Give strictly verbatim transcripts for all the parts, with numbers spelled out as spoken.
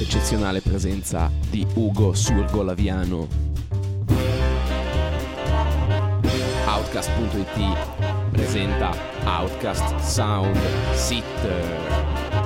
l'eccezionale presenza di Ugo Surgo Laviano. Outcast punto it presenta Outcast Sound Sitter.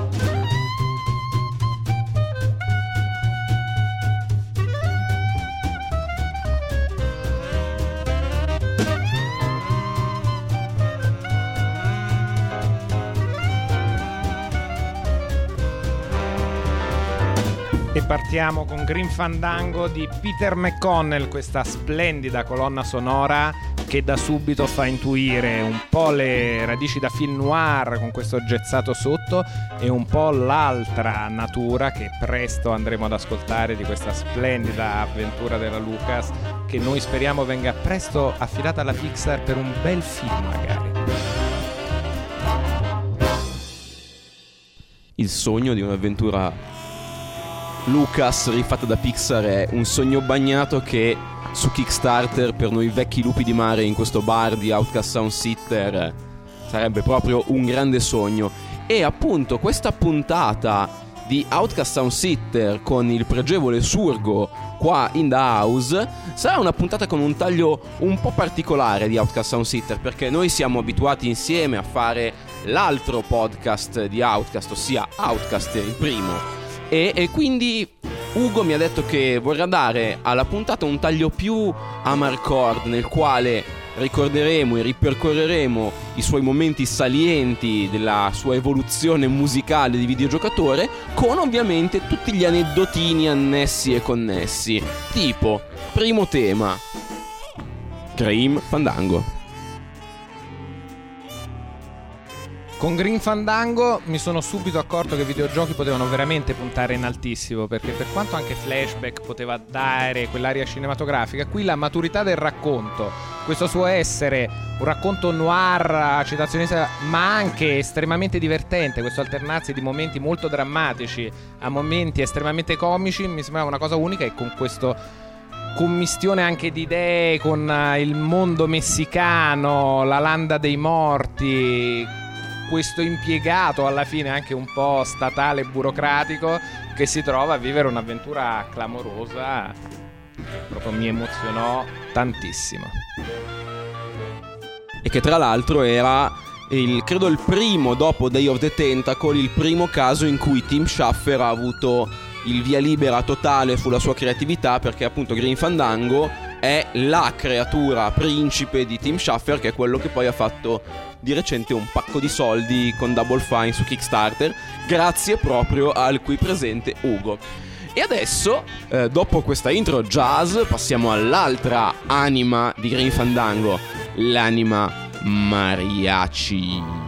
E partiamo con Grim Fandango di Peter McConnell, questa splendida colonna sonora che da subito fa intuire un po' le radici da film noir con questo jazzato sotto e un po' l'altra natura che presto andremo ad ascoltare di questa splendida avventura della Lucas, che noi speriamo venga presto affidata alla Pixar per un bel film magari. Il sogno di un'avventura Lucas rifatta da Pixar è un sogno bagnato che su Kickstarter per noi vecchi lupi di mare in questo bar di Outcast Sound Sitter sarebbe proprio un grande sogno. E appunto questa puntata di Outcast Sound Sitter con il pregevole Surgo qua in the house sarà una puntata con un taglio un po' particolare di Outcast Sound Sitter, perché noi siamo abituati insieme a fare l'altro podcast di Outcast, ossia Outcast il primo. E, e quindi Ugo mi ha detto che vorrà dare alla puntata un taglio più amarcord, nel quale ricorderemo e ripercorreremo i suoi momenti salienti della sua evoluzione musicale di videogiocatore, con ovviamente tutti gli aneddotini annessi e connessi. Tipo, primo tema, Grim Fandango. Con Grim Fandango mi sono subito accorto che i videogiochi potevano veramente puntare in altissimo, perché per quanto anche Flashback poteva dare quell'aria cinematografica, qui la maturità del racconto, questo suo essere un racconto noir, citazionista, ma anche estremamente divertente, questo alternarsi di momenti molto drammatici a momenti estremamente comici, mi sembrava una cosa unica, e con questo commistione anche di idee con il mondo messicano, la landa dei morti, questo impiegato alla fine anche un po' statale e burocratico che si trova a vivere un'avventura clamorosa, proprio mi emozionò tantissimo. E che tra l'altro era il, credo il primo, dopo Day of the Tentacle, il primo caso in cui Tim Schafer ha avuto il via libera totale sulla sua creatività, perché appunto Grim Fandango è la creatura principe di Tim Schafer, che è quello che poi ha fatto di recente un pacco di soldi con Double Fine su Kickstarter, grazie proprio al qui presente Ugo. E adesso, eh, dopo questa intro jazz, passiamo all'altra anima di Grim Fandango, l'anima mariachi.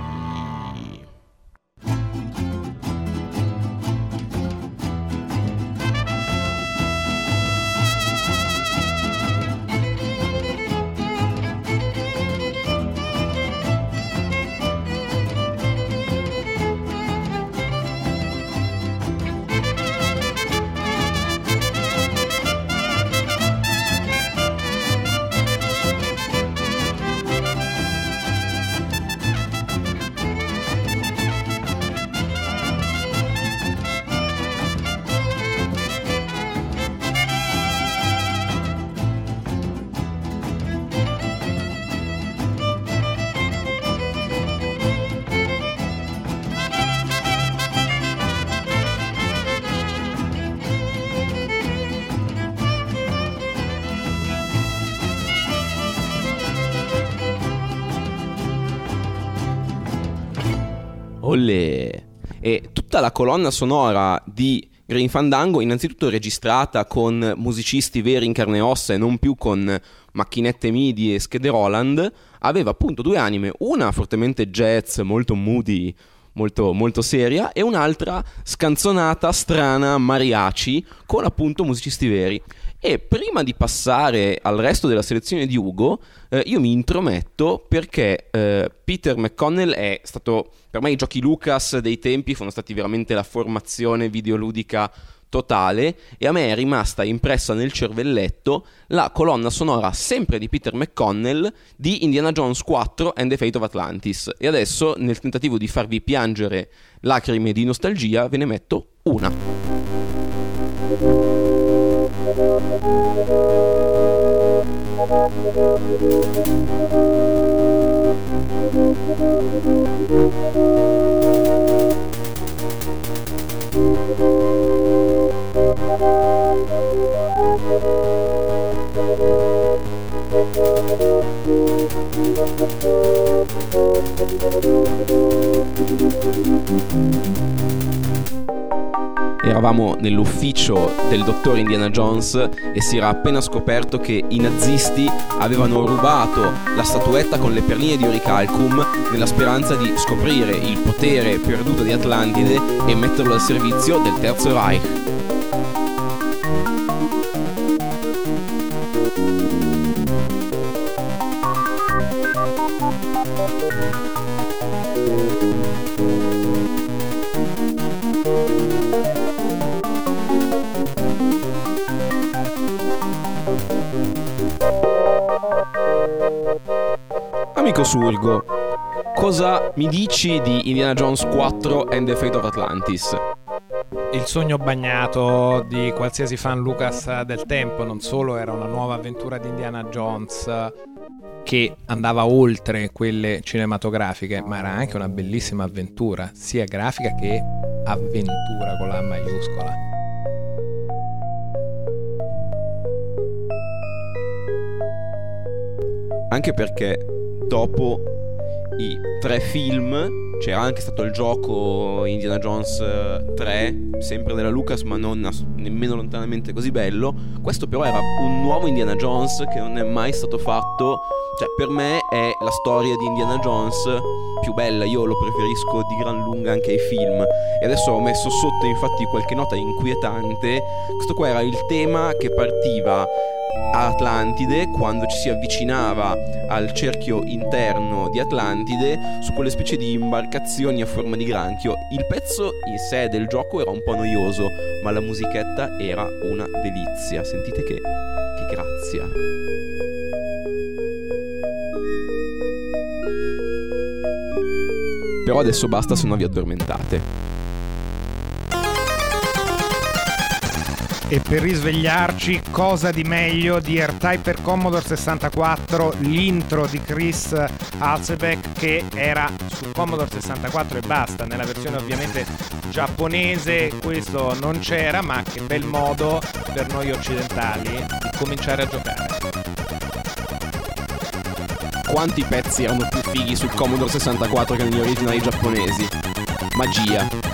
Olè. E tutta la colonna sonora di Grim Fandango, innanzitutto registrata con musicisti veri in carne e ossa e non più con macchinette MIDI e schede Roland, aveva appunto due anime, una fortemente jazz, molto moody, molto, molto seria, e un'altra scanzonata, strana, mariachi, con appunto musicisti veri. E prima di passare al resto della selezione di Ugo, eh, io mi intrometto perché eh, Peter McConnell è stato, per me i giochi Lucas dei tempi sono stati veramente la formazione videoludica totale, e a me è rimasta impressa nel cervelletto la colonna sonora sempre di Peter McConnell di Indiana Jones quattro and the Fate of Atlantis. E adesso, nel tentativo di farvi piangere lacrime di nostalgia, ve ne metto una. Eravamo nell'ufficio del dottor Indiana Jones e si era appena scoperto che i nazisti avevano rubato la statuetta con le perline di Orichalcum nella speranza di scoprire il potere perduto di Atlantide e metterlo al servizio del Terzo Reich. Amico Surgo, cosa mi dici di Indiana Jones quattro and the Fate of Atlantis? Il sogno bagnato di qualsiasi fan Lucas del tempo. Non solo era una nuova avventura di Indiana Jones che andava oltre quelle cinematografiche, ma era anche una bellissima avventura, sia grafica che avventura con la A maiuscola. Anche perché dopo i tre film c'era anche stato il gioco Indiana Jones tre, sempre della Lucas, ma non nemmeno lontanamente così bello. Questo però era un nuovo Indiana Jones che non è mai stato fatto. Cioè, per me è la storia di Indiana Jones più bella, io lo preferisco di gran lunga anche ai film. E adesso ho messo sotto infatti qualche nota inquietante. Questo qua era il tema che partiva a Atlantide, quando ci si avvicinava al cerchio interno di Atlantide su quelle specie di imbarcazioni a forma di granchio. Il pezzo in sé del gioco era un po' noioso, ma la musichetta era una delizia. Sentite che, che grazia. Però adesso basta, se no vi addormentate. E per risvegliarci, cosa di meglio di R-Type per Commodore sessantaquattro, l'intro di Chris Halsebeck, che era su Commodore sessantaquattro e basta. Nella versione ovviamente giapponese questo non c'era, ma che bel modo per noi occidentali di cominciare a giocare. Quanti pezzi erano più fighi sul Commodore sessantaquattro che negli originali giapponesi? Magia.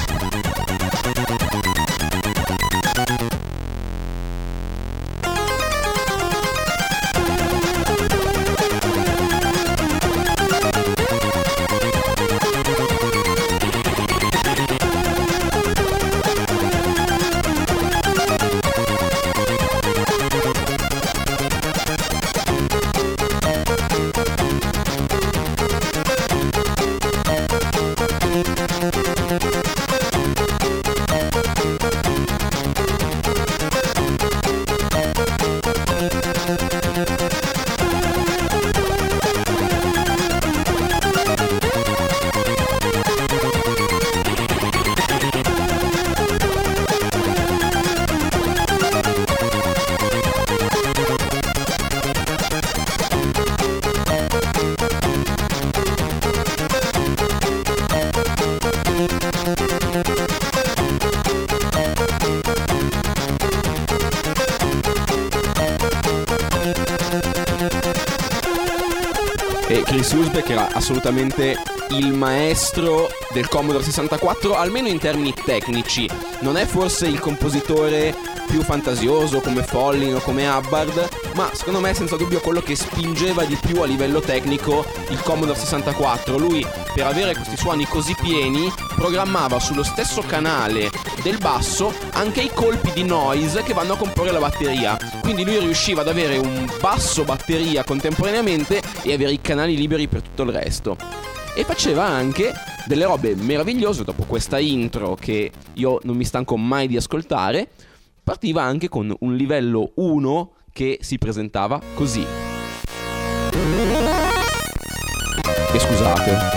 E Chris Hülsbeck era assolutamente il maestro del Commodore sessantaquattro, almeno in termini tecnici. Non è forse il compositore più fantasioso come Follin o come Hubbard, ma secondo me è senza dubbio quello che spingeva di più a livello tecnico il Commodore sessantaquattro. Lui, per avere questi suoni così pieni, programmava sullo stesso canale del basso anche i colpi di noise che vanno a comporre la batteria. Quindi lui riusciva ad avere un basso batteria contemporaneamente e avere i canali liberi per tutto il resto. E faceva anche delle robe meravigliose. Dopo questa intro che io non mi stanco mai di ascoltare, partiva anche con un livello uno che si presentava così. E scusate.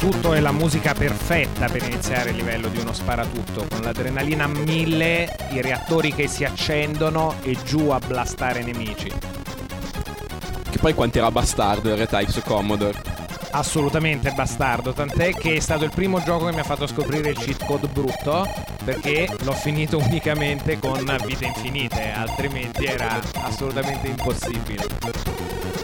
soprattutto è la musica perfetta per iniziare il livello di uno sparatutto, con l'adrenalina a mille, i reattori che si accendono e giù a blastare nemici. Che poi quanto era bastardo il R-Type su Commodore. Assolutamente bastardo, tant'è che è stato il primo gioco che mi ha fatto scoprire il cheat code brutto, perché l'ho finito unicamente con vite infinite, altrimenti era assolutamente impossibile.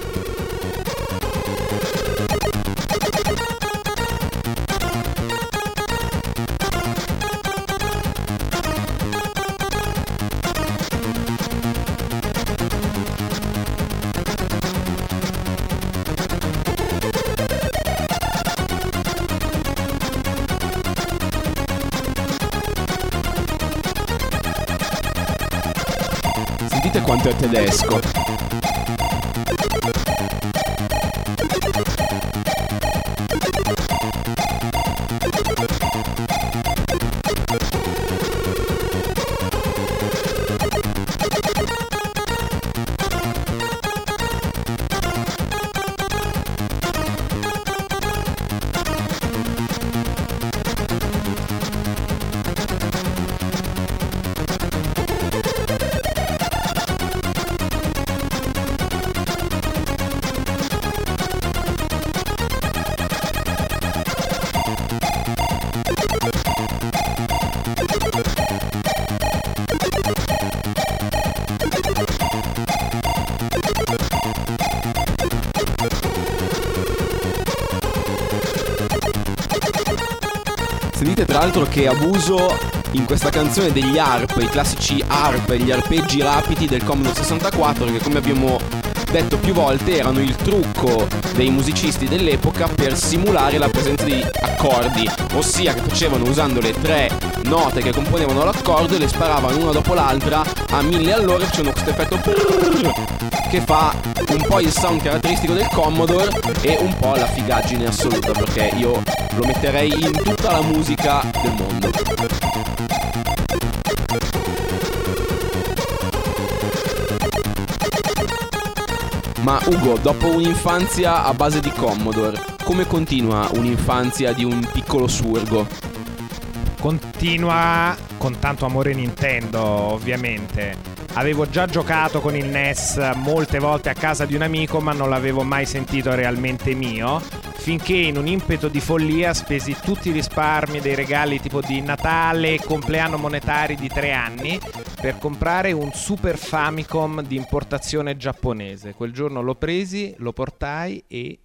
Sentite quanto è tedesco. Sentite tra l'altro che abuso in questa canzone degli harp, i classici harp, gli arpeggi rapidi del Commodore sessantaquattro, che come abbiamo detto più volte erano il trucco dei musicisti dell'epoca per simulare la presenza di accordi, ossia che facevano usando le tre note che componevano l'accordo e le sparavano una dopo l'altra a mille all'ora, e facevano questo effetto che fa un po' il sound caratteristico del Commodore e un po' la figaggine assoluta, perché io lo metterei in tutta la musica del mondo. Ma Ugo, dopo un'infanzia a base di Commodore, come continua un'infanzia di un piccolo surgo? Continua con tanto amore Nintendo, ovviamente. Avevo già giocato con il N E S molte volte a casa di un amico, ma non l'avevo mai sentito realmente mio, finché in un impeto di follia spesi tutti i risparmi dei regali tipo di Natale e compleanno monetari di tre anni per comprare un Super Famicom di importazione giapponese. Quel giorno l'ho presi, lo portai e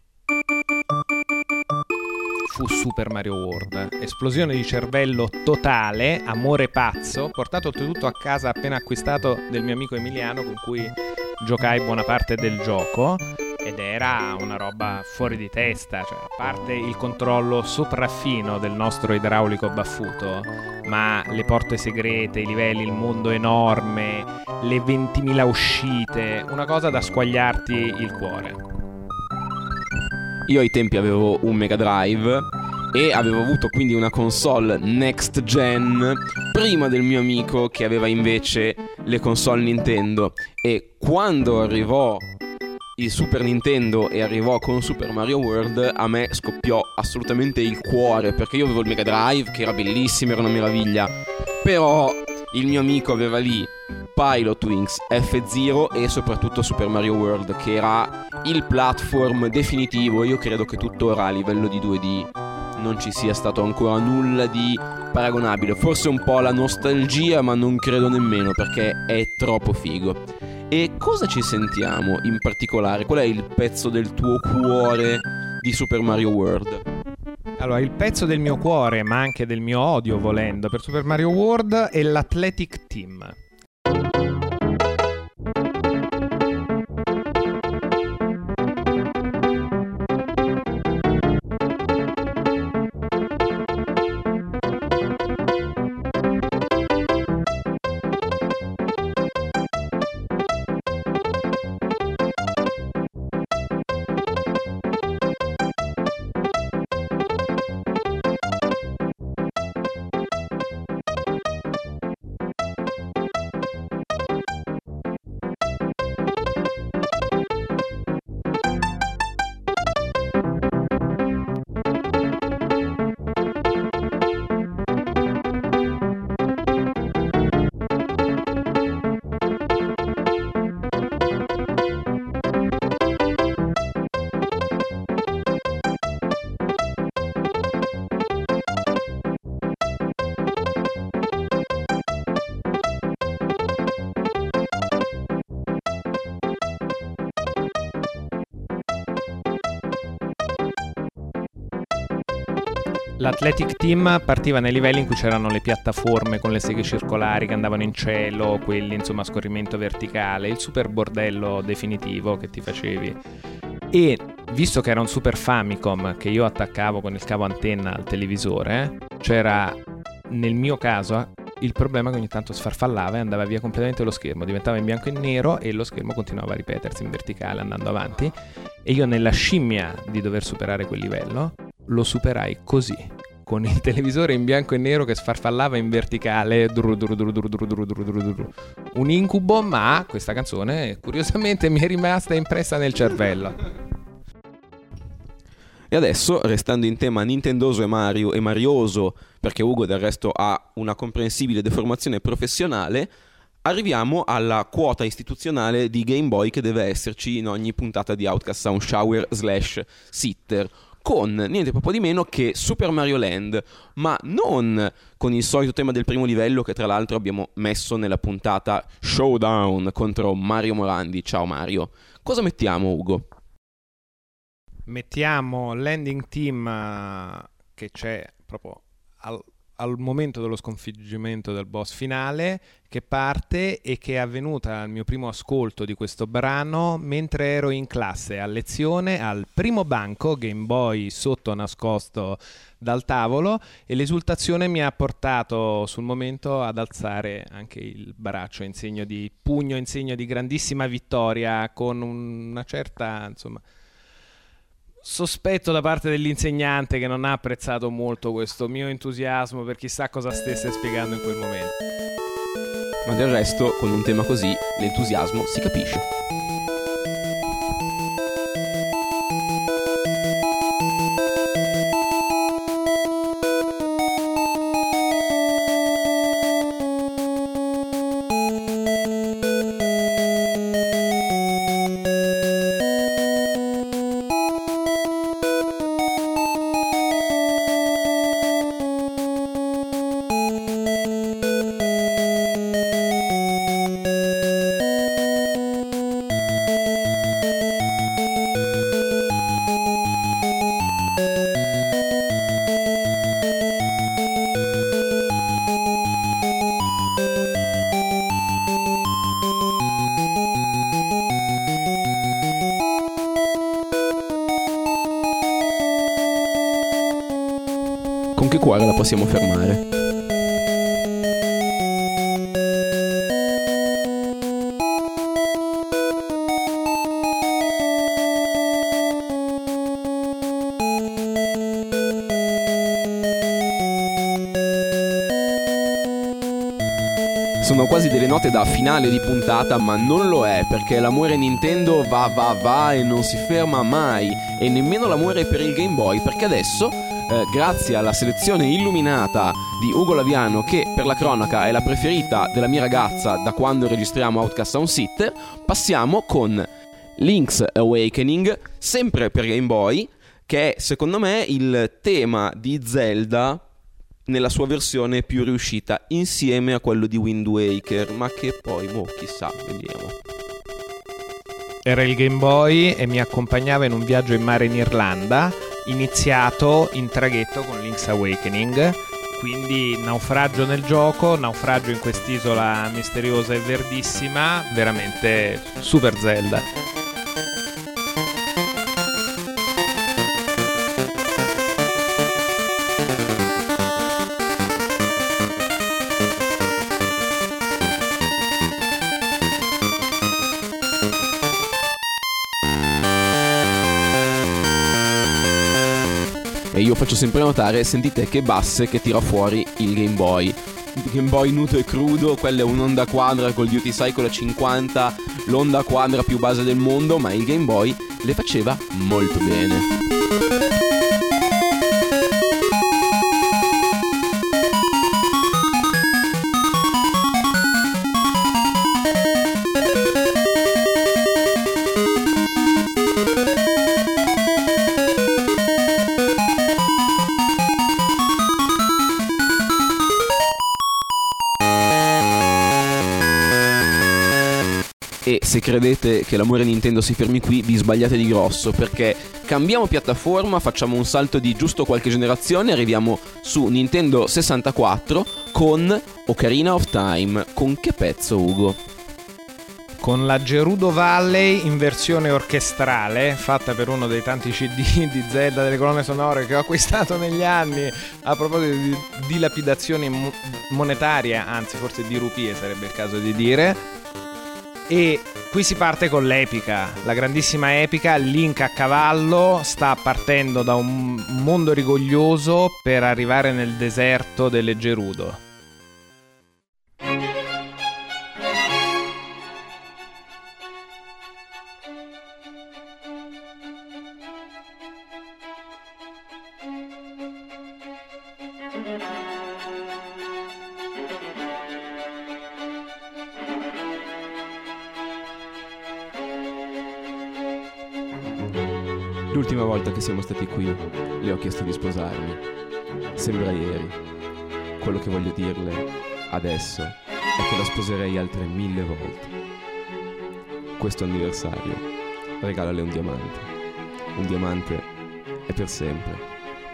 fu Super Mario World. Esplosione di cervello totale, amore pazzo, portato oltretutto a casa appena acquistato del mio amico Emiliano, con cui giocai buona parte del gioco, ed era una roba fuori di testa, cioè, a parte il controllo sopraffino del nostro idraulico baffuto, ma le porte segrete, i livelli, il mondo enorme, le ventimila uscite, una cosa da squagliarti il cuore. Io ai tempi avevo un Mega Drive e avevo avuto quindi una console next gen prima del mio amico che aveva invece le console Nintendo, e quando arrivò il Super Nintendo e arrivò con Super Mario World a me scoppiò assolutamente il cuore, perché io avevo il Mega Drive che era bellissimo, era una meraviglia, però il mio amico aveva lì Pilotwings, F-Zero e soprattutto Super Mario World, che era il platform definitivo. Io credo che tuttora a livello di due D non ci sia stato ancora nulla di paragonabile. Forse un po' la nostalgia, ma non credo nemmeno, perché è troppo figo. E cosa ci sentiamo in particolare? Qual è il pezzo del tuo cuore di Super Mario World? Allora, il pezzo del mio cuore, ma anche del mio odio, volendo, per Super Mario World è l'Athletic Team. L'Athletic Team partiva nei livelli in cui c'erano le piattaforme con le seghe circolari che andavano in cielo, quelli insomma a scorrimento verticale, il super bordello definitivo che ti facevi. E visto che era un Super Famicom che io attaccavo con il cavo antenna al televisore, c'era nel mio caso il problema che ogni tanto sfarfallava e andava via completamente lo schermo, diventava in bianco e nero e lo schermo continuava a ripetersi in verticale andando avanti, e io nella scimmia di dover superare quel livello lo superai così, con il televisore in bianco e nero che sfarfallava in verticale, dru dru dru dru dru dru dru dru dru. Un incubo, ma questa canzone curiosamente mi è rimasta impressa nel cervello. E adesso, restando in tema nintendoso e Mario e marioso, perché Ugo del resto ha una comprensibile deformazione professionale, arriviamo alla quota istituzionale di Game Boy che deve esserci in ogni puntata di Outcast Sound Shower slash Sitter, con niente proprio di meno che Super Mario Land, ma non con il solito tema del primo livello che tra l'altro abbiamo messo nella puntata Showdown contro Mario Morandi. Ciao Mario. Cosa mettiamo, Ugo? Mettiamo l'ending team che c'è proprio al, al momento dello sconfiggimento del boss finale, che parte e che è avvenuta al mio primo ascolto di questo brano mentre ero in classe a lezione al primo banco, Game Boy sotto nascosto dal tavolo, e l'esultazione mi ha portato sul momento ad alzare anche il braccio in segno di pugno, in segno di grandissima vittoria, con una certa, insomma, sospetto da parte dell'insegnante che non ha apprezzato molto questo mio entusiasmo per chissà cosa stesse spiegando in quel momento. Ma del resto, con un tema così, l'entusiasmo si capisce. Con che cuore la possiamo fermare? Sono quasi delle note da finale di puntata, ma non lo è, perché l'amore Nintendo va va va e non si ferma mai, e nemmeno l'amore per il Game Boy, perché adesso, eh, grazie alla selezione illuminata di Ugo Laviano, che per la cronaca è la preferita della mia ragazza da quando registriamo Outcast Sound Sitter, passiamo con Link's Awakening, sempre per Game Boy, che è secondo me il tema di Zelda nella sua versione più riuscita, insieme a quello di Wind Waker, ma che poi, boh, chissà, vediamo. Era il Game Boy e mi accompagnava in un viaggio in mare in Irlanda, iniziato in traghetto con Link's Awakening, quindi naufragio nel gioco, naufragio in quest'isola misteriosa e verdissima, veramente super Zelda. E io faccio sempre notare, sentite che basse che tira fuori il Game Boy. Il Game Boy nudo e crudo, quella è un'onda quadra col Duty Cycle a cinquanta, l'onda quadra più base del mondo, ma il Game Boy le faceva molto bene. E e se credete che l'amore Nintendo si fermi qui, vi sbagliate di grosso, perché cambiamo piattaforma, facciamo un salto di giusto qualche generazione, arriviamo su Nintendo sessantaquattro con Ocarina of Time. Con che pezzo, Ugo? Con la Gerudo Valley in versione orchestrale, fatta per uno dei tanti C D di Zelda delle colonne sonore che ho acquistato negli anni, a proposito di dilapidazioni mo- monetarie, anzi forse di rupie sarebbe il caso di dire. E qui si parte con l'epica, la grandissima epica. Link a cavallo sta partendo da un mondo rigoglioso per arrivare nel deserto delle Gerudo. L'ultima volta che siamo stati qui le ho chiesto di sposarmi. Sembra ieri. Quello che voglio dirle adesso è che la sposerei altre mille volte. Questo anniversario regalale un diamante. Un diamante è per sempre.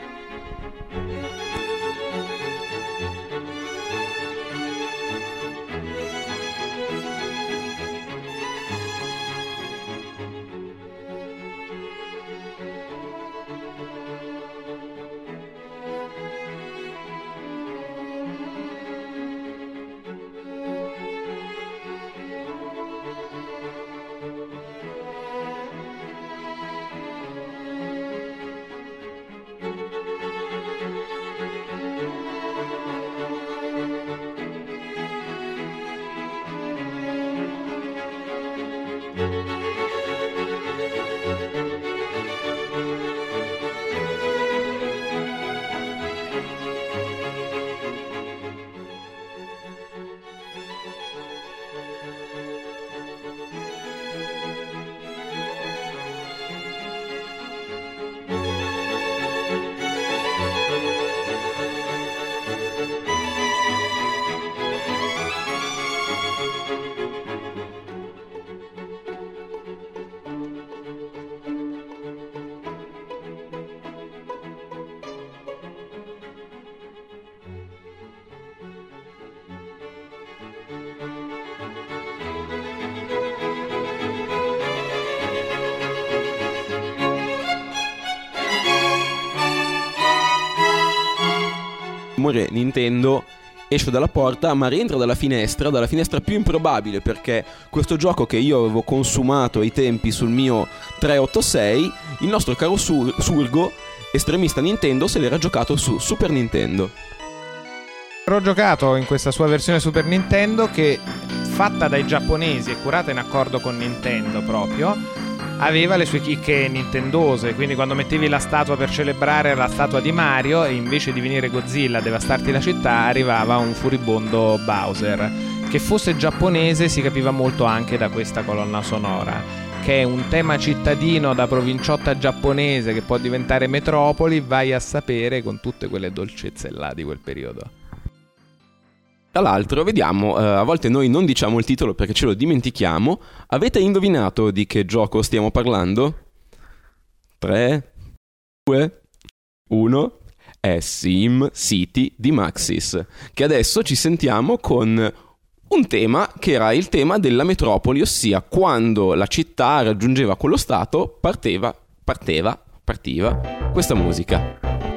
Amore Nintendo, esce dalla porta ma rientra dalla finestra, dalla finestra più improbabile, perché questo gioco che io avevo consumato ai tempi sul mio trecentoottantasei, il nostro caro Sur- Surgo, estremista Nintendo, se l'era giocato su Super Nintendo. L'ho giocato in questa sua versione Super Nintendo che, fatta dai giapponesi e curata in accordo con Nintendo proprio, aveva le sue chicche nintendose, quindi quando mettevi la statua per celebrare la statua di Mario e invece di venire Godzilla a devastarti la città arrivava un furibondo Bowser. Che fosse giapponese si capiva molto anche da questa colonna sonora, che è un tema cittadino da provinciotta giapponese che può diventare metropoli, vai a sapere, con tutte quelle dolcezze là di quel periodo. Tra l'altro, vediamo, eh, a volte noi non diciamo il titolo perché ce lo dimentichiamo. Avete indovinato di che gioco stiamo parlando? tre, due, uno. È Sim City di Maxis, che adesso ci sentiamo con un tema che era il tema della metropoli, ossia quando la città raggiungeva quello stato parteva, parteva, partiva questa musica.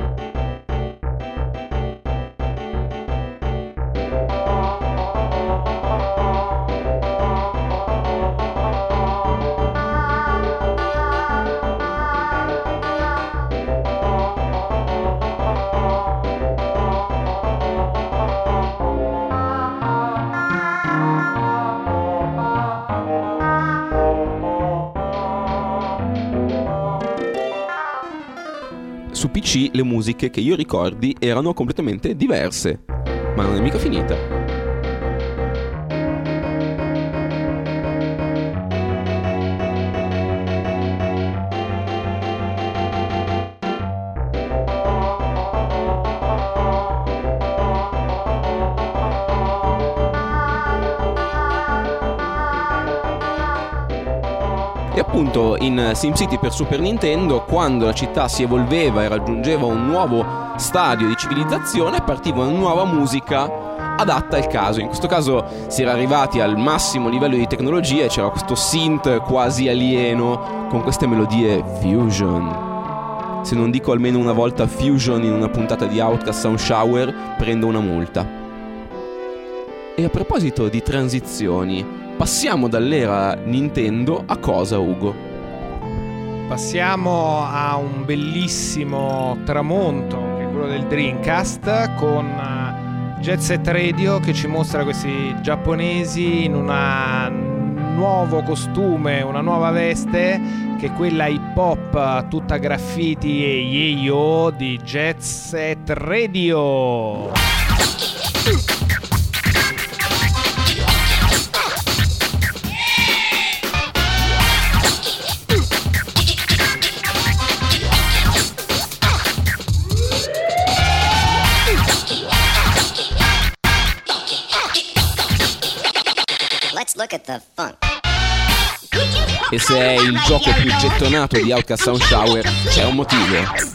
Su P C le musiche che io ricordi erano completamente diverse, ma non è mica finita. appunto in SimCity per Super Nintendo, quando la città si evolveva e raggiungeva un nuovo stadio di civilizzazione, partiva una nuova musica adatta al caso. In questo caso si era arrivati al massimo livello di tecnologia e c'era questo synth quasi alieno con queste melodie fusion. Se non dico almeno una volta fusion in una puntata di Outcast Sound Shower, prendo una multa. E a proposito di transizioni, passiamo dall'era Nintendo a cosa, Ugo? Passiamo a un bellissimo tramonto, che è quello del Dreamcast, con Jet Set Radio che ci mostra questi giapponesi in un nuovo costume, una nuova veste, che è quella hip hop tutta graffiti e yeyo di Jet Set Radio. Look at the funk. E se è il gioco più gettonato di Outcast Sound Shower, c'è un motivo.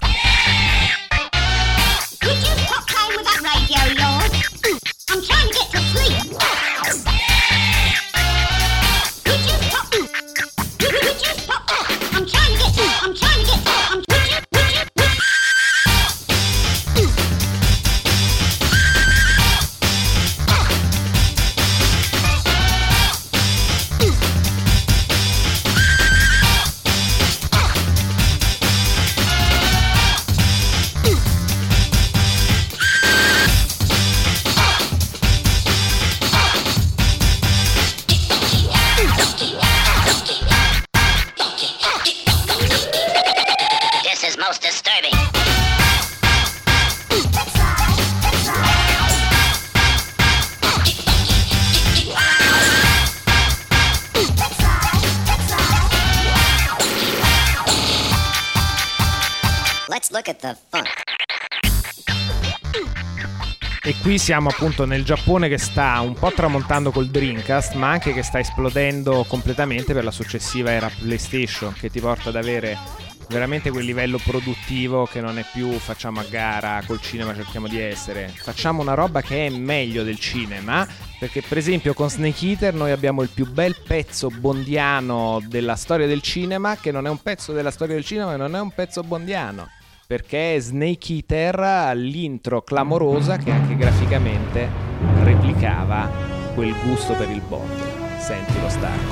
E qui siamo appunto nel Giappone che sta un po' tramontando col Dreamcast, ma anche che sta esplodendo completamente per la successiva era PlayStation, che ti porta ad avere veramente quel livello produttivo che non è più facciamo a gara col cinema, cerchiamo di essere, facciamo una roba che è meglio del cinema, perché per esempio con Snake Eater noi abbiamo il più bel pezzo bondiano della storia del cinema, che non è un pezzo della storia del cinema e non è un pezzo bondiano, perché Snake Eater ha l'intro clamorosa che anche graficamente replicava quel gusto per il botto. Senti lo stacco.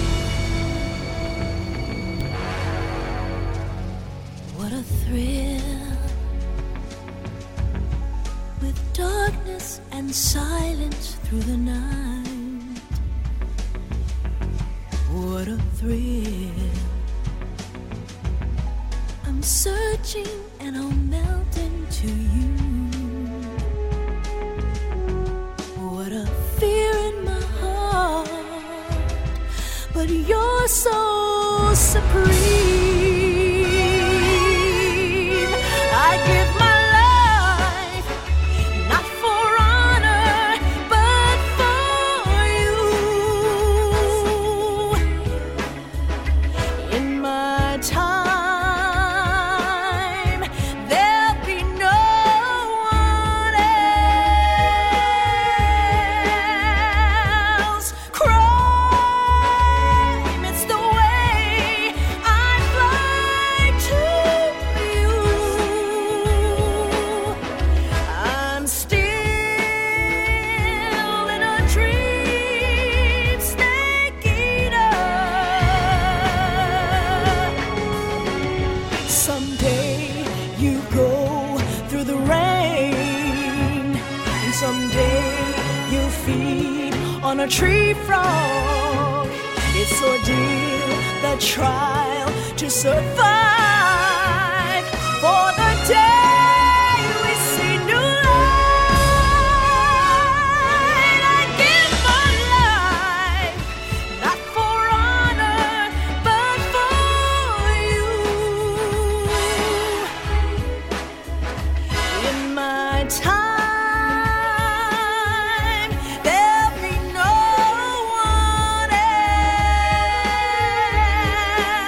What a thrill, with darkness and silence through the night. What a thrill, I'm searching and I'll melt into you. What a fear in my heart, but you're so supreme. I give my life, not for honor, but for you. In my time, there'll be no one else. Crime, it's the way I fly to you. I'm still in a dream, Snake Eater. Someday you go through the rain, and someday you feed on a tree frog. It's ordeal, the trial to survive for the day we see new light. I give my life, not for honor, but for you. In my time, there'll be no one else.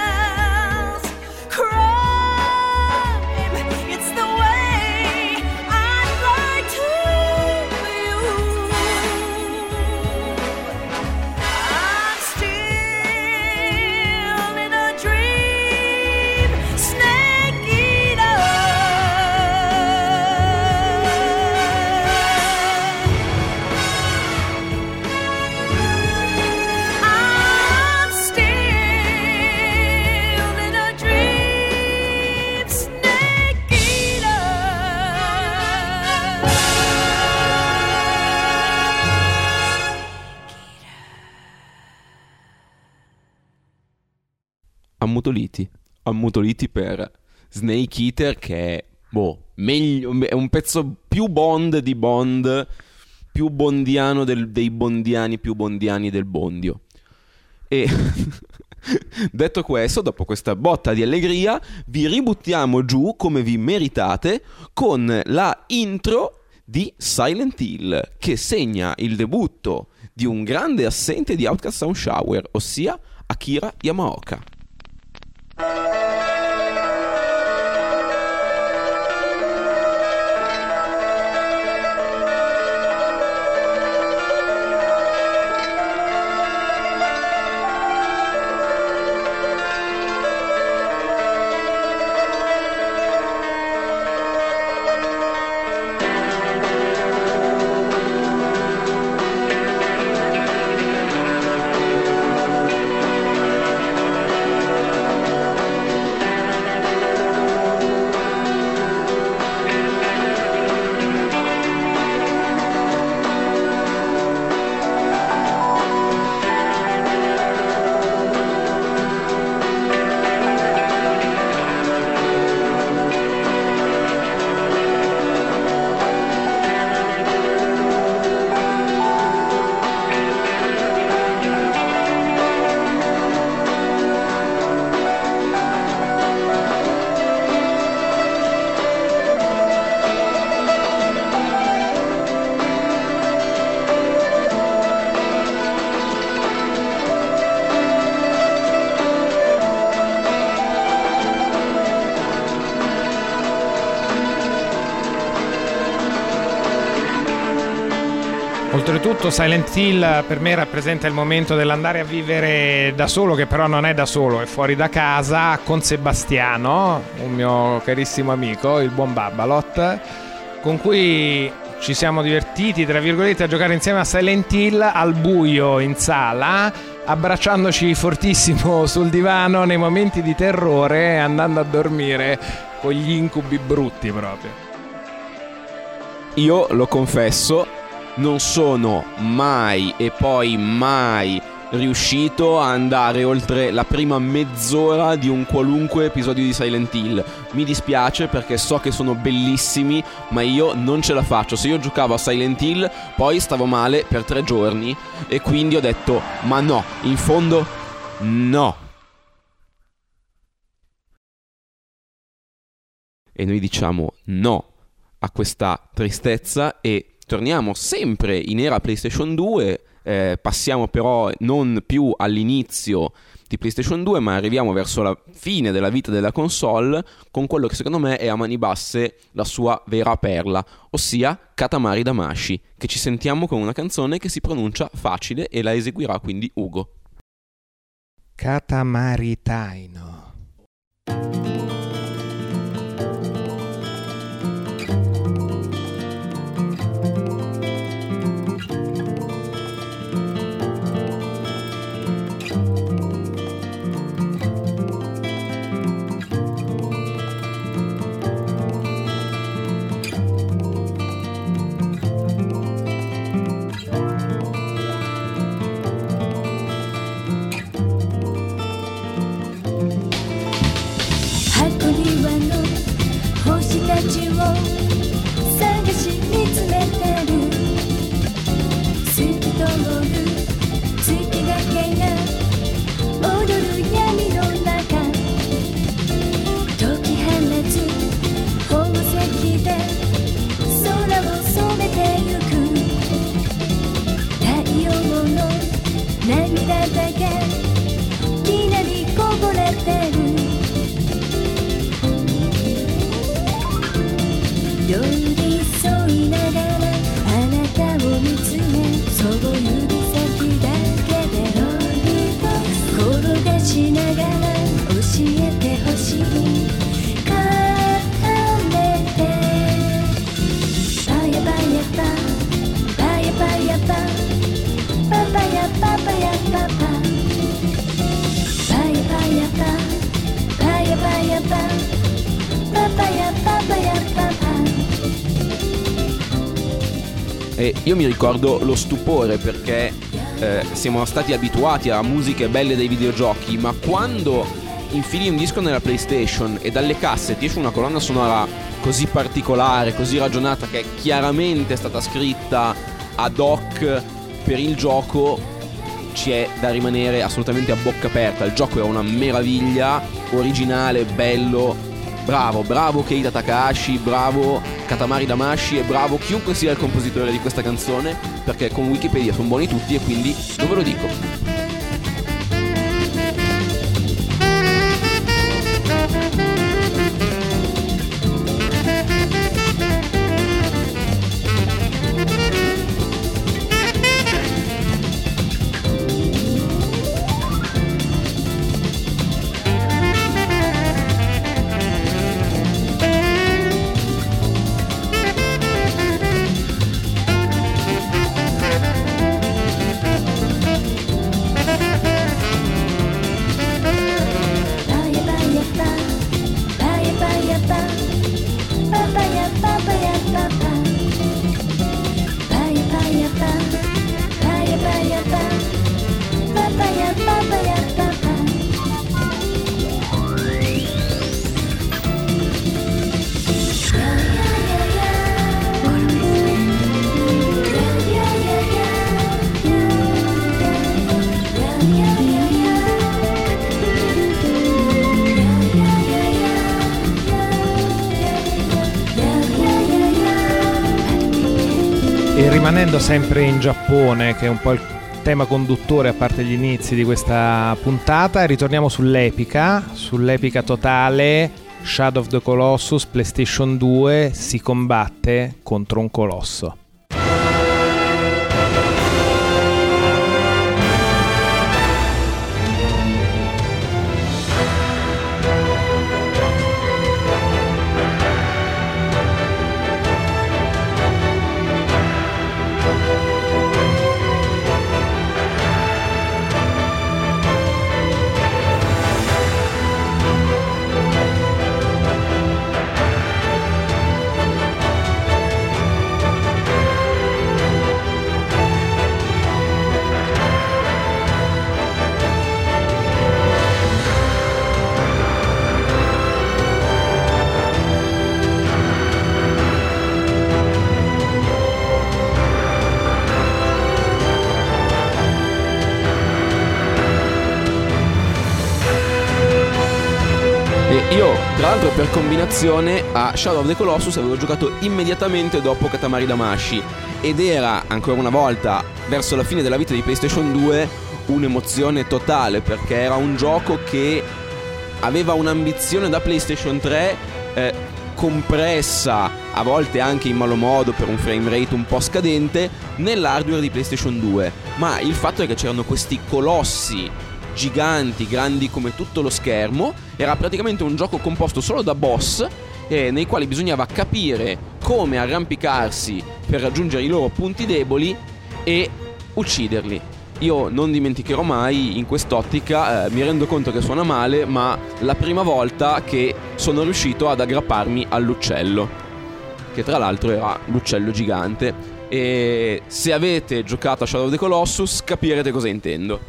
ammutoliti. Ammutoliti per Snake Eater, che è, boh, meglio, è un pezzo più Bond di Bond, più bondiano del, dei bondiani più bondiani del bondio. E detto questo, dopo questa botta di allegria, vi ributtiamo giù come vi meritate con la intro di Silent Hill, che segna il debutto di un grande assente di Outcast Sound Shower, ossia Akira Yamaoka. Oltretutto Silent Hill per me rappresenta il momento dell'andare a vivere da solo, che però non è da solo, è fuori da casa, con Sebastiano, un mio carissimo amico, il buon Babalot, con cui ci siamo divertiti, tra virgolette, a giocare insieme a Silent Hill al buio in sala, abbracciandoci fortissimo sul divano nei momenti di terrore e andando a dormire con gli incubi brutti proprio. Io lo confesso, non sono mai e poi mai riuscito a andare oltre la prima mezz'ora di un qualunque episodio di Silent Hill. Mi dispiace perché so che sono bellissimi, ma io non ce la faccio. Se io giocavo a Silent Hill poi stavo male per tre giorni e quindi ho detto ma no, in fondo no. E noi diciamo no a questa tristezza e torniamo sempre in era PlayStation due, eh, passiamo però non più all'inizio di PlayStation due, ma arriviamo verso la fine della vita della console con quello che secondo me è a mani basse la sua vera perla, ossia Katamari Damacy, che ci sentiamo con una canzone che si pronuncia facile e la eseguirà quindi Ugo. Katamari Taino. E io mi ricordo lo stupore perché eh, siamo stati abituati a musiche belle dei videogiochi, ma quando infili un disco nella PlayStation e dalle casse ti esce una colonna sonora così particolare, così ragionata, che è chiaramente stata scritta ad hoc per il gioco, ci è da rimanere assolutamente a bocca aperta. Il gioco è una meraviglia, originale, bello, bravo, bravo Keita Takahashi, bravo Katamari Damashi e bravo chiunque sia il compositore di questa canzone, perché con Wikipedia sono buoni tutti e quindi non ve lo dico. E rimanendo sempre in Giappone, che è un po' il tema conduttore a parte gli inizi di questa puntata, ritorniamo sull'epica, sull'epica totale. Shadow of the Colossus, PlayStation due, si combatte contro un colosso. Io, tra l'altro, per combinazione a Shadow of the Colossus avevo giocato immediatamente dopo Katamari Damashi ed era, ancora una volta, verso la fine della vita di PlayStation due, un'emozione totale, perché era un gioco che aveva un'ambizione da PlayStation tre eh, compressa, a volte anche in malo modo per un frame rate un po' scadente, nell'hardware di PlayStation due. Ma il fatto è che c'erano questi colossi giganti, grandi come tutto lo schermo. Era praticamente un gioco composto solo da boss eh, nei quali bisognava capire come arrampicarsi per raggiungere i loro punti deboli e ucciderli. Io non dimenticherò mai, in quest'ottica, eh, mi rendo conto che suona male, ma la prima volta che sono riuscito ad aggrapparmi all'uccello, che tra l'altro era l'uccello gigante. E se avete giocato a Shadow of the Colossus capirete cosa intendo.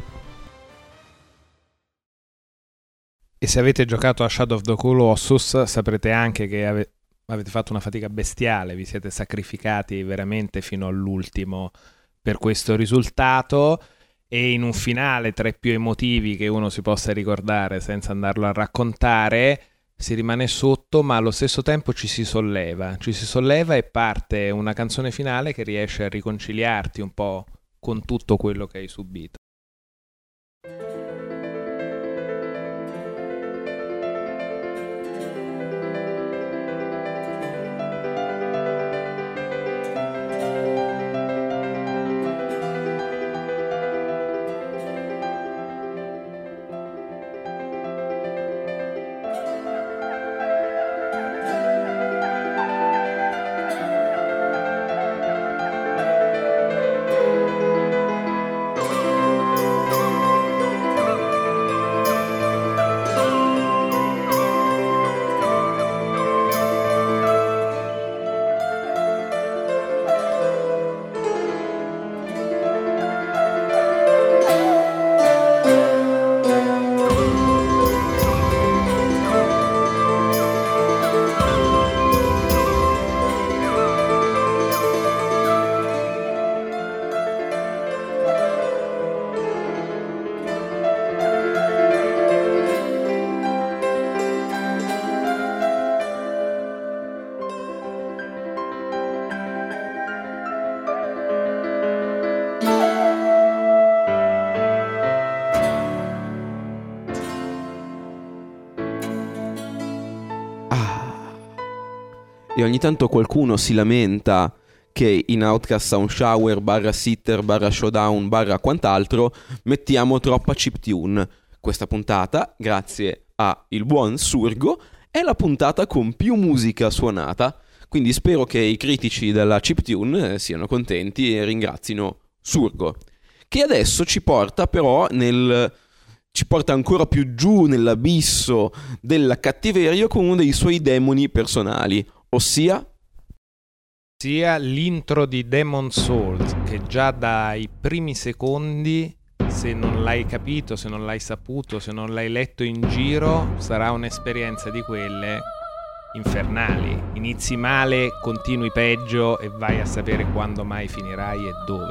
E se avete giocato a Shadow of the Colossus saprete anche che ave- avete fatto una fatica bestiale, vi siete sacrificati veramente fino all'ultimo per questo risultato, e in un finale tra i più emotivi che uno si possa ricordare senza andarlo a raccontare, si rimane sotto ma allo stesso tempo ci si solleva, ci si solleva e parte una canzone finale che riesce a riconciliarti un po' con tutto quello che hai subito. Ah. E ogni tanto qualcuno si lamenta che in Outcast Sound Shower barra Sitter barra Showdown barra quant'altro mettiamo troppa chiptune. Questa puntata, grazie a il buon Surgo, è la puntata con più musica suonata, quindi spero che i critici della chiptune siano contenti e ringrazino Surgo, che adesso ci porta però nel... ci porta ancora più giù nell'abisso della cattiveria con uno dei suoi demoni personali, ossia... sia l'intro di Demon Souls, che già dai primi secondi, se non l'hai capito, se non l'hai saputo, se non l'hai letto in giro, sarà un'esperienza di quelle infernali. Inizi male, continui peggio e vai a sapere quando mai finirai e dove.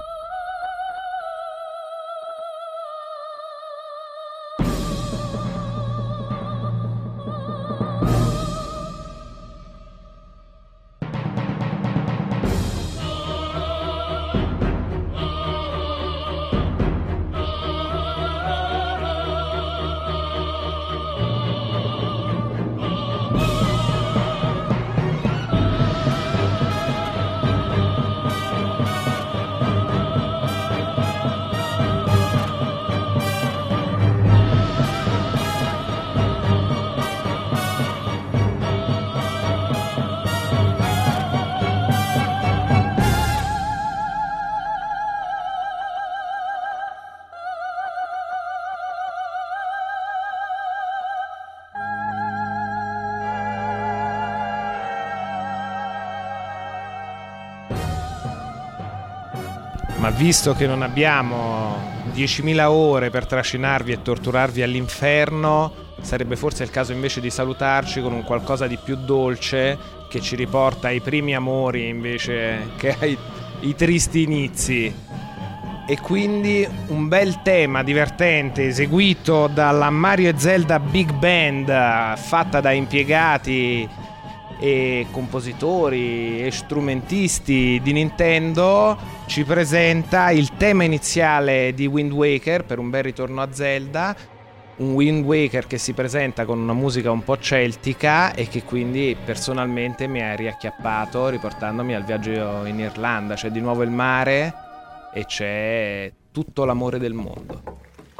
Ma visto che non abbiamo diecimila ore per trascinarvi e torturarvi all'inferno, sarebbe forse il caso invece di salutarci con un qualcosa di più dolce che ci riporta ai primi amori invece che ai, ai tristi inizi. E quindi un bel tema divertente eseguito dalla Mario e Zelda Big Band, fatta da impiegati e compositori e strumentisti di Nintendo, ci presenta il tema iniziale di Wind Waker per un bel ritorno a Zelda, un Wind Waker che si presenta con una musica un po' celtica e che quindi personalmente mi ha riacchiappato riportandomi al viaggio in Irlanda. C'è di nuovo il mare e c'è tutto l'amore del mondo.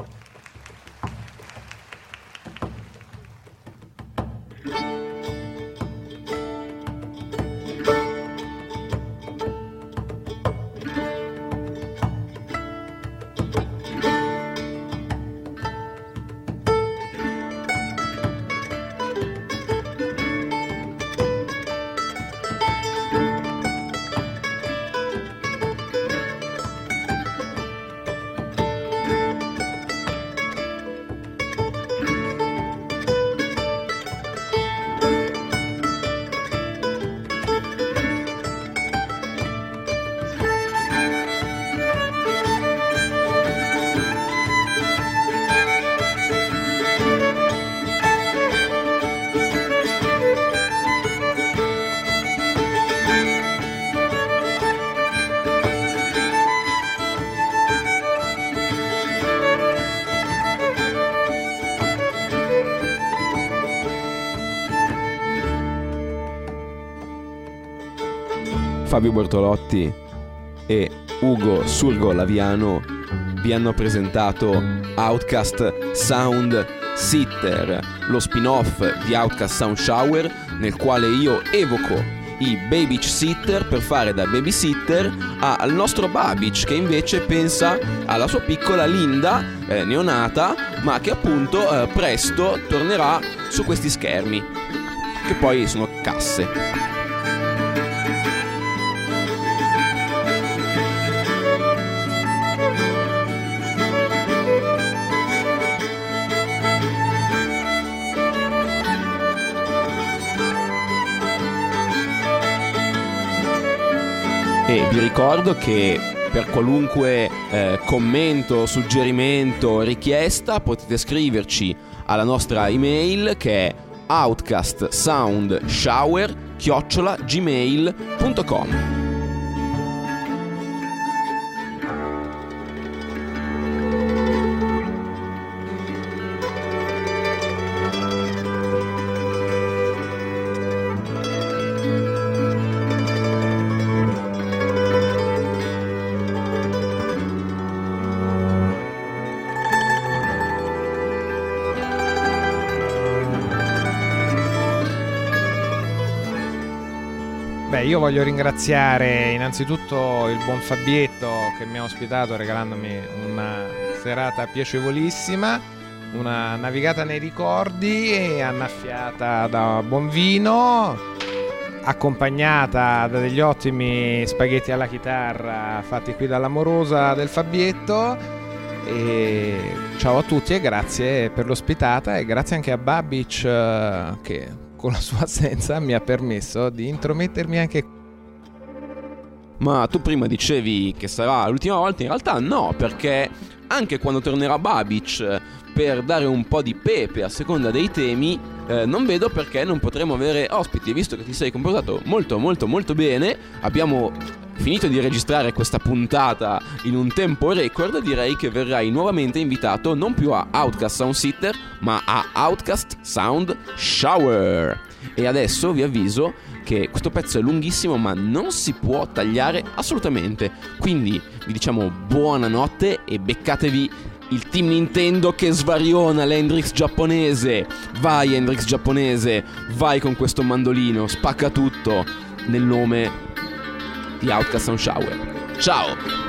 Fabio Bortolotti e Ugo Surgo Laviano vi hanno presentato Outcast Sound Sitter, lo spin-off di Outcast Sound Shower, nel quale io evoco i Babic Sitter per fare da babysitter al nostro Babic, che invece pensa alla sua piccola Linda, eh, neonata, ma che appunto eh, presto tornerà su questi schermi, che poi sono casse. E vi ricordo che per qualunque eh, commento, suggerimento, richiesta potete scriverci alla nostra email, che è outcastsoundshower chiocciola gmail punto com. Beh, io voglio ringraziare innanzitutto il buon Fabietto che mi ha ospitato regalandomi una serata piacevolissima, una navigata nei ricordi e annaffiata da buon vino, accompagnata da degli ottimi spaghetti alla chitarra fatti qui dall'amorosa del Fabietto. E ciao a tutti e grazie per l'ospitata e grazie anche a Babic eh, che con la sua assenza mi ha permesso di intromettermi anche. Ma tu prima dicevi che sarà l'ultima volta, in realtà no, perché anche quando tornerà Babic per dare un po' di pepe a seconda dei temi, eh, non vedo perché non potremo avere ospiti. Visto che ti sei comportato molto molto molto bene, abbiamo finito di registrare questa puntata in un tempo record, direi che verrai nuovamente invitato non più a Outcast Sound Sitter ma a Outcast Sound Shower. E adesso vi avviso che questo pezzo è lunghissimo ma non si può tagliare assolutamente, quindi vi diciamo buonanotte e beccatevi il team Nintendo che svariona l'Hendrix giapponese. Vai Hendrix giapponese, vai con questo mandolino, spacca tutto nel nome di Outcast Sound Shower. Ciao!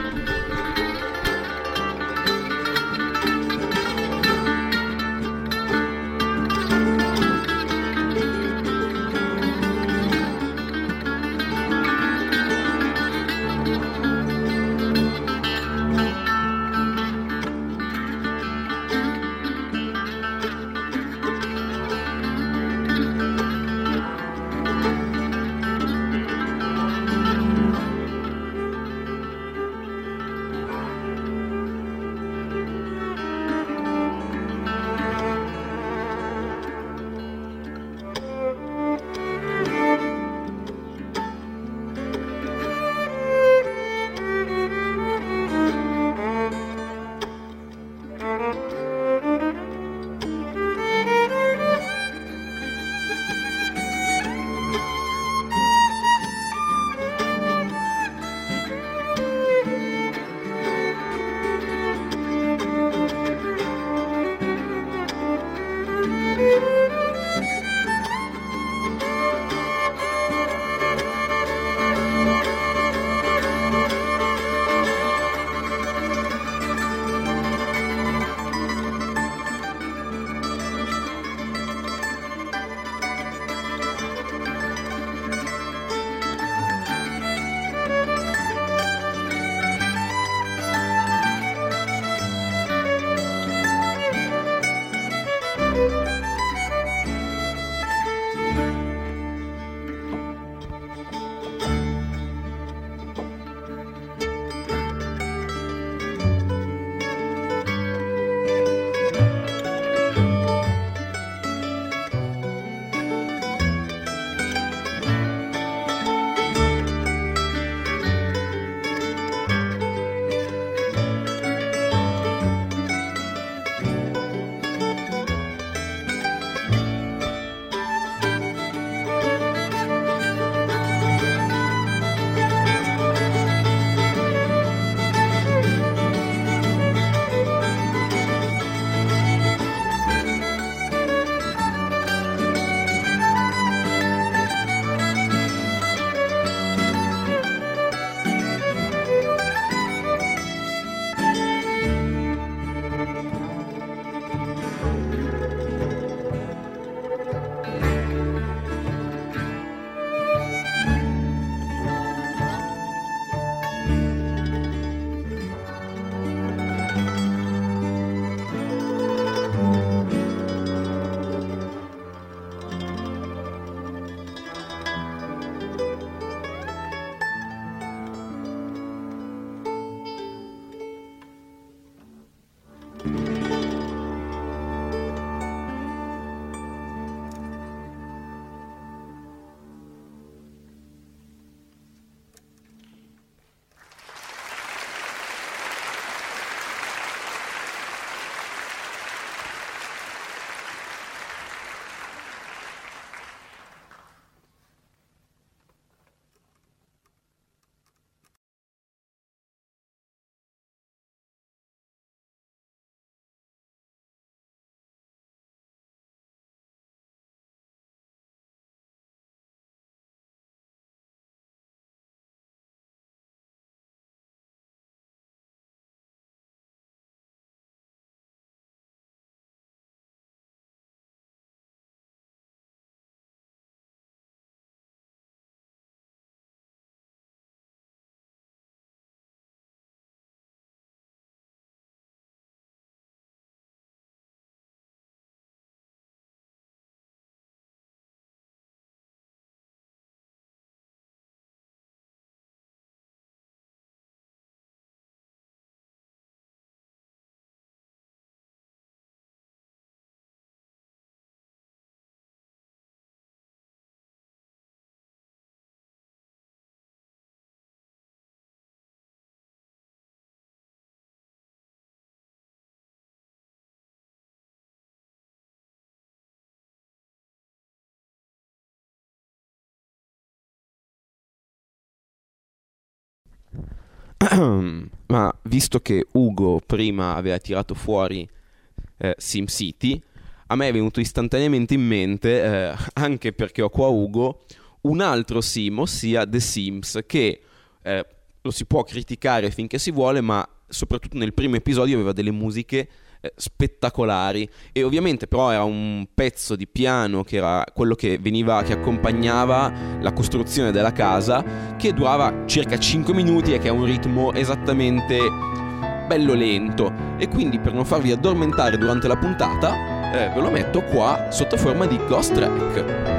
ma visto che Ugo prima aveva tirato fuori eh, SimCity, a me è venuto istantaneamente in mente, eh, anche perché ho qua Ugo, un altro sim, ossia The Sims, che eh, lo si può criticare finché si vuole, ma soprattutto nel primo episodio aveva delle musiche eh, spettacolari, e ovviamente però era un pezzo di piano che era quello che veniva, che accompagnava la costruzione della casa, che durava circa cinque minuti e che ha un ritmo esattamente bello lento, e quindi per non farvi addormentare durante la puntata eh, ve lo metto qua sotto forma di ghost track.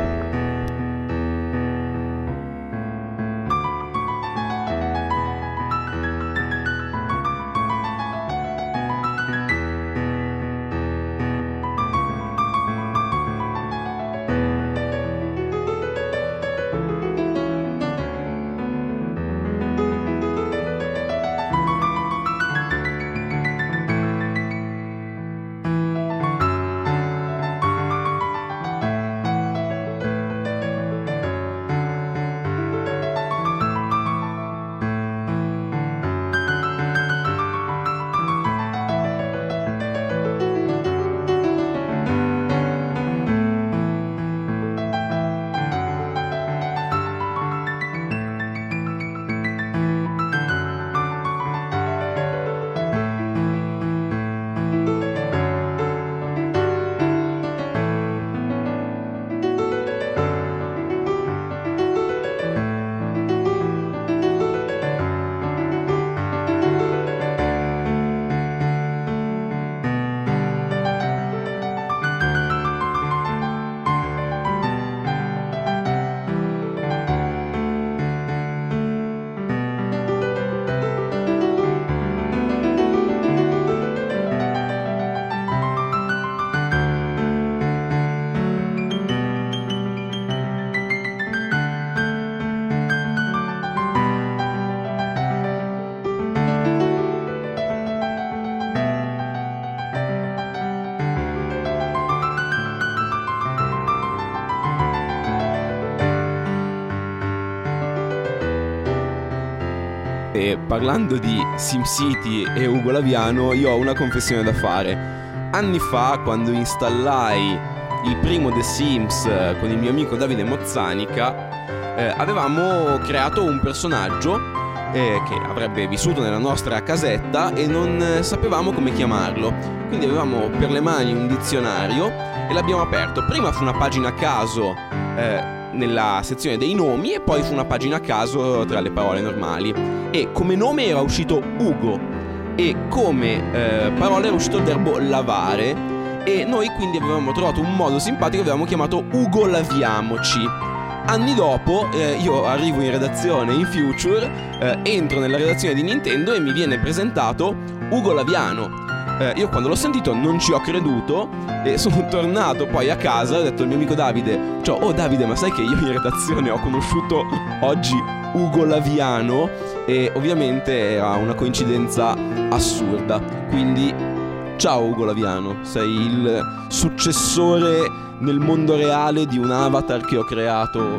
E parlando di SimCity e Ugo Laviano, io ho una confessione da fare. Anni fa, quando installai il primo The Sims eh, con il mio amico Davide Mozzanica, eh, avevamo creato un personaggio eh, che avrebbe vissuto nella nostra casetta e non eh, sapevamo come chiamarlo. Quindi avevamo per le mani un dizionario e l'abbiamo aperto. Prima fu una pagina a caso eh, nella sezione dei nomi, e poi fu una pagina a caso tra le parole normali, e come nome era uscito Ugo e come eh, parola era uscito il verbo lavare, e noi quindi avevamo trovato un modo simpatico, avevamo chiamato Ugo Laviamoci. Anni dopo eh, io arrivo in redazione in Future, eh, entro nella redazione di Nintendo e mi viene presentato Ugo Laviano. Eh, io quando l'ho sentito non ci ho creduto e sono tornato poi a casa e ho detto al mio amico Davide, cioè, oh Davide, ma sai che io in redazione ho conosciuto oggi Ugo Laviano? E ovviamente era una coincidenza assurda. Quindi ciao Ugo Laviano, sei il successore nel mondo reale di un avatar che ho creato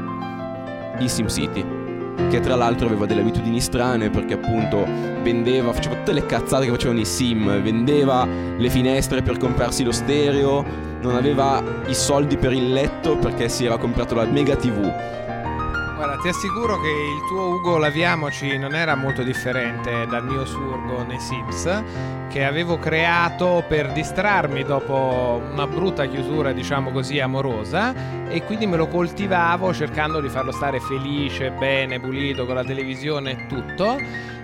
in SimCity, che tra l'altro aveva delle abitudini strane, perché appunto vendeva, faceva tutte le cazzate che facevano i sim, vendeva le finestre per comprarsi lo stereo, non aveva i soldi per il letto perché si era comprato la Mega ti vu. Guarda, ti assicuro che il tuo Ugo Laviamoci non era molto differente dal mio Surgo nei Sims, che avevo creato per distrarmi dopo una brutta chiusura, diciamo così, amorosa, e quindi me lo coltivavo cercando di farlo stare felice, bene, pulito, con la televisione e tutto,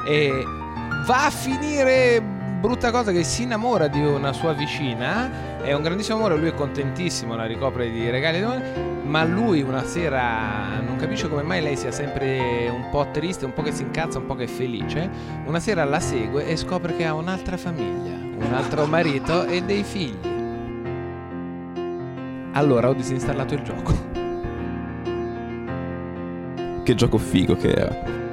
e va a finire brutta cosa che si innamora di una sua vicina, è un grandissimo amore, lui è contentissimo, la ricopre di regali, ma lui una sera non capisce come mai lei sia sempre un po' triste, un po' che si incazza, un po' che è felice. Una sera la segue e scopre che ha un'altra famiglia, un altro marito e dei figli. Allora ho disinstallato il gioco. Che gioco figo che era.